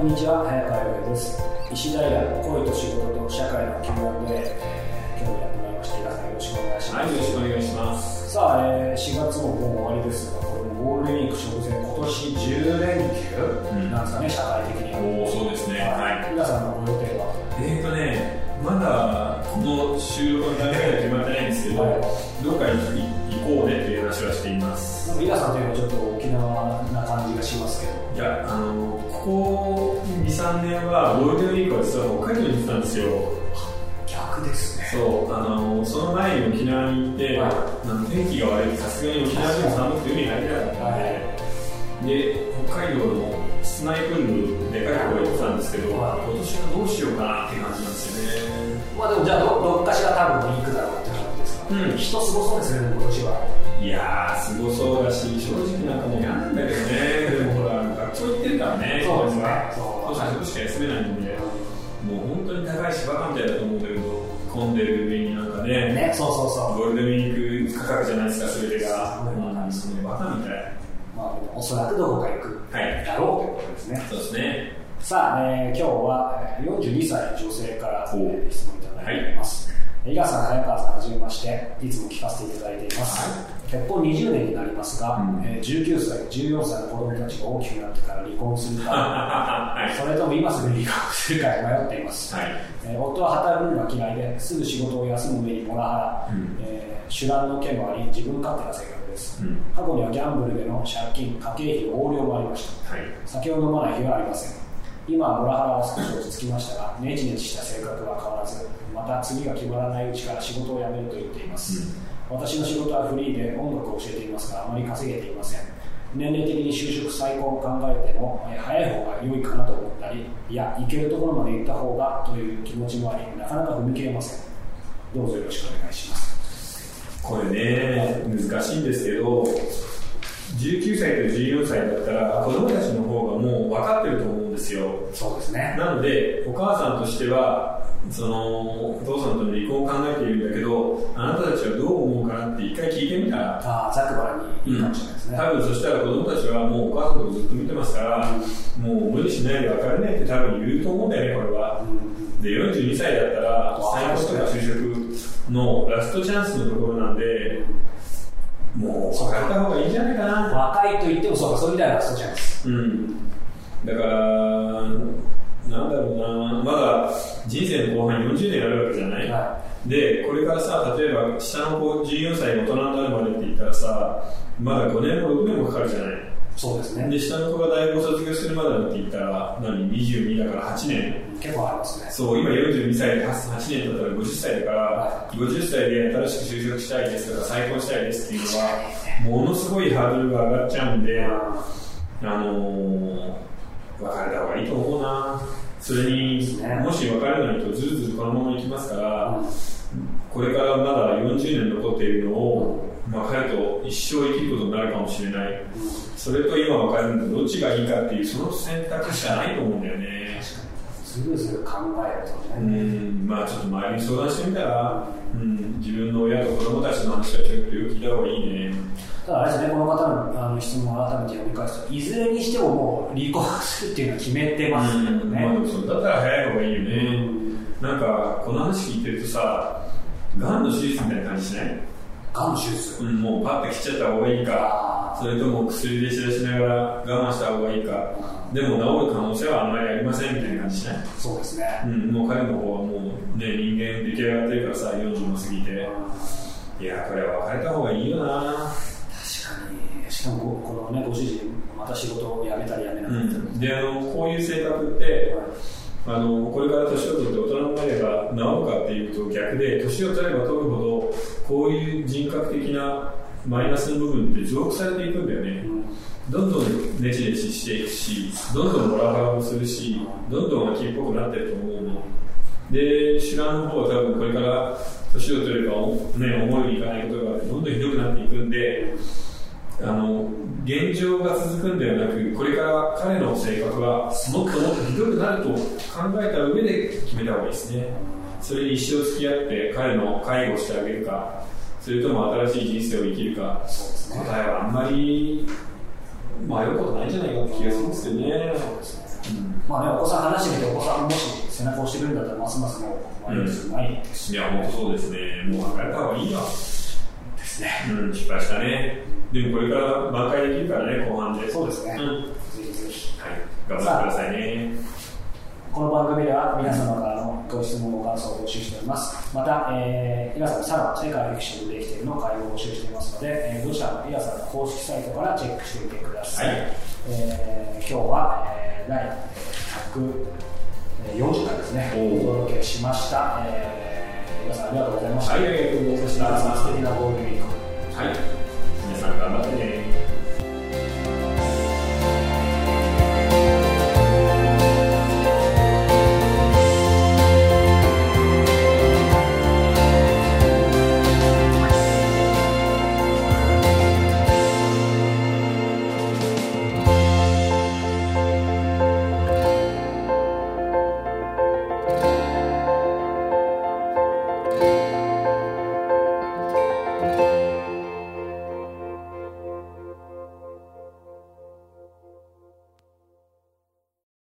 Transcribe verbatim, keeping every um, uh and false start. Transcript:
んにちは、早川洋平です。石平恋と仕事と社会の キューアンドエー、今日もやってまいりました。井田さんよろしくお願いします。 はい、よろしくお願いします。 さあ、えー、しがつももう終わりですが、これもゴールデンウィーク直前、今年じゅうれんきゅうなんですかね、うん、社会的には。 おお、そうですね。はい。 皆さんのご予定はえーとね、まだこの収録の段階では決まってないんですけど、はい、どっかに行こうねという話はしています。 なんか井田さんというのはちょっと沖縄な感じがしますけど。 いや、あのここに、さんねんはゴールデンウィークは実は北海道に行ってたんですよ。 逆ですね。 そう、あのその前に沖縄に行って、はい、あの天気が悪いとさすがに沖縄でも寒くて海に入れなかったので、はい、で北海道の室内プールでかいところ行ってたんですけど、はい、今年はどうしようかなっていう感じなんですよね。まあでもじゃあ ど, どっかしら多分行くだろうって感じですか。うん、人すごそうですね、今年は。いやー、すごそうだし、正直なんかもう嫌なんだけどね。でもほら、学校行ってるからね。 そうですね。 そう最初しか休めないんで、もう本当に高い芝館みたいだと思うんだけど、混んでる上になんかね、 ね、そうそうそう。 ゴールデンウィーク価格じゃないですか、すべてが。すごいバカみたい。 まあ、おそらくどこか行くだろうということですね。 そうですね。 さあ、えー、今日はよんじゅうにさい女性から、えー、質問いただいています。はい、井川さん、早川さん、はじめまして。いつも聞かせていただいています。はい、結婚にじゅうねんになりますが、うんえー、じゅうきゅうさい、じゅうよんさいの子供たちが大きくなってから離婚するか、はい、それとも今すぐ離婚するか迷っています。はいえー、夫は働くのが嫌いですぐ仕事を休む上にモラハラ、うんえー、酒乱の件もあり、自分勝手な性格です。うん、過去にはギャンブルでの借金、家計費、横領もありました。はい、酒を飲まない日はありません。今はモラハラは少し落ち着きましたが、ネチネチした性格は変わらず、また次が決まらないうちから仕事を辞めると言っています。うん、私の仕事はフリーで音楽を教えていますが、あまり稼げていません。年齢的に就職再婚を考えても、え早い方が良いかなと思ったり、いや、行けるところまで行った方がという気持ちもあり、なかなか踏み切れません。どうぞよろしくお願いします。 これね、難しいんですけど、じゅうきゅうさいとじゅうよんさいだったら子供たちの方がもう分かってると思うんですよ。 そうですね。 なのでお母さんとしてはそのお父さんとの離婚を考えているんだけど、あなたたちはどう思うかなって一回聞いてみたら、 ああ、ざくばらにいいかもしれないですね。 うん、多分そしたら子供たちはもうお母さんのことずっと見てますから、うん、もう無理しないで別れないって多分言うと思うんだよね、これは。うん、でよんじゅうにさいだったら再婚とか就職のラストチャンスのところなんで、もう別れた方がいいんじゃないかな。 若いと言ってもそうか、そういう意味ではラストチャンス。 うん。だからなんだろうな、まだ人生の後半よんじゅうねんあるわけじゃない。はい、でこれからさ、例えば下の子じゅうよんさい大人になるまでって言ったらさ、まだごねんもろくねんもかかるじゃない。 そうですね。 で下の子が大学を卒業するまでって言ったら何にじゅうにだからはちねん、 結構ありますね。 そう、今よんじゅうにさいではちねんだったらごじゅっさいだから、はい、ごじゅっさいで新しく就職したいですとか再婚したいですっていうのはものすごいハードルが上がっちゃうんで、あのー、別れた方がいいと思うな。それに、ね、もし別れないとずるずるこのままいきますから、うん、これからまだよんじゅうねん残っているのを、まあ、彼と一生生きることになるかもしれない。うん、それと今別れるのどっちがいいかっていうその選択しかないと思うんだよね。 ずるずる考えるとね。うん、まあちょっと周りに相談してみたら、うん、自分の親と子供たちの話はちょっとよく聞いた方がいいね。 ただあれですね、この方の、あの質問を改めて読み返すと、いずれにしてももう離婚するっていうのは決めてますよね。うん、まあ、でもそうだったら早い方がいいよね。うん、なんかこの話聞いてるとさ、がんの手術みたいな感じしない？ がんの手術、 うん、もうパッて切っちゃった方がいいか、それとも薬で知らしながら我慢した方がいいか、でも治る可能性はあんまりありませんみたいな感じしない？ そうですね。 うん、もう彼の方はもうね、人間出来上がってるからさ、よんじゅうも過ぎて、いやこれは別れた方がいいよな。 確かに。しかもこのね、ご主人また仕事を辞めたり辞めなかったり、うん、であのこういう性格って、はい、あのこれから年を取って大人になれば治るかっていうと逆で、年を取れば取るほどこういう人格的なマイナスの部分って増幅されていくんだよね。うん、どんどんネチネチしていくし、どんどんモラハラもするし、どんどん秋っぽくなってると思うので、主眼の方は多分これから年を取れば、ね、思いにいかないことがあってどんどんひどくなっていくんで、あの現状が続くんではなく、これから彼の性格はもっともっとひどくなると考えた上で決めた方がいいですね。それに一生付き合って彼の介護をしてあげるか、それとも新しい人生を生きるか、答えはあんまり迷うことないんじゃないかって気がするんですよね。 そうですね。 まあね、お子さん話してみて、お子さんもし背中を押してくれるんだったら、ますますもうマイナスないです、 うん、いや、本当そうですね、もう別れた方がいいわですね、 うん、失敗したね、でもこれから挽回できるからね、後半で。 そうですね、うん、ぜひぜひ、 はい、頑張ってくださいね。 この番組では皆様からのご質問、ご感想を募集しております。また、えー、イラさんのサロン、世界フィクションでできているの会を募集していますので、えー、どちらもイラさんの公式サイトからチェックしてみてください。はい、えー、今日は、えー、第ひゃくよんじゅっかいですね、お届けしました。えー、イラさんありがとうございました。 はい、ありがとうございました。 そして、素敵なゴールデンウィーク。 はい、皆さん頑張ってね。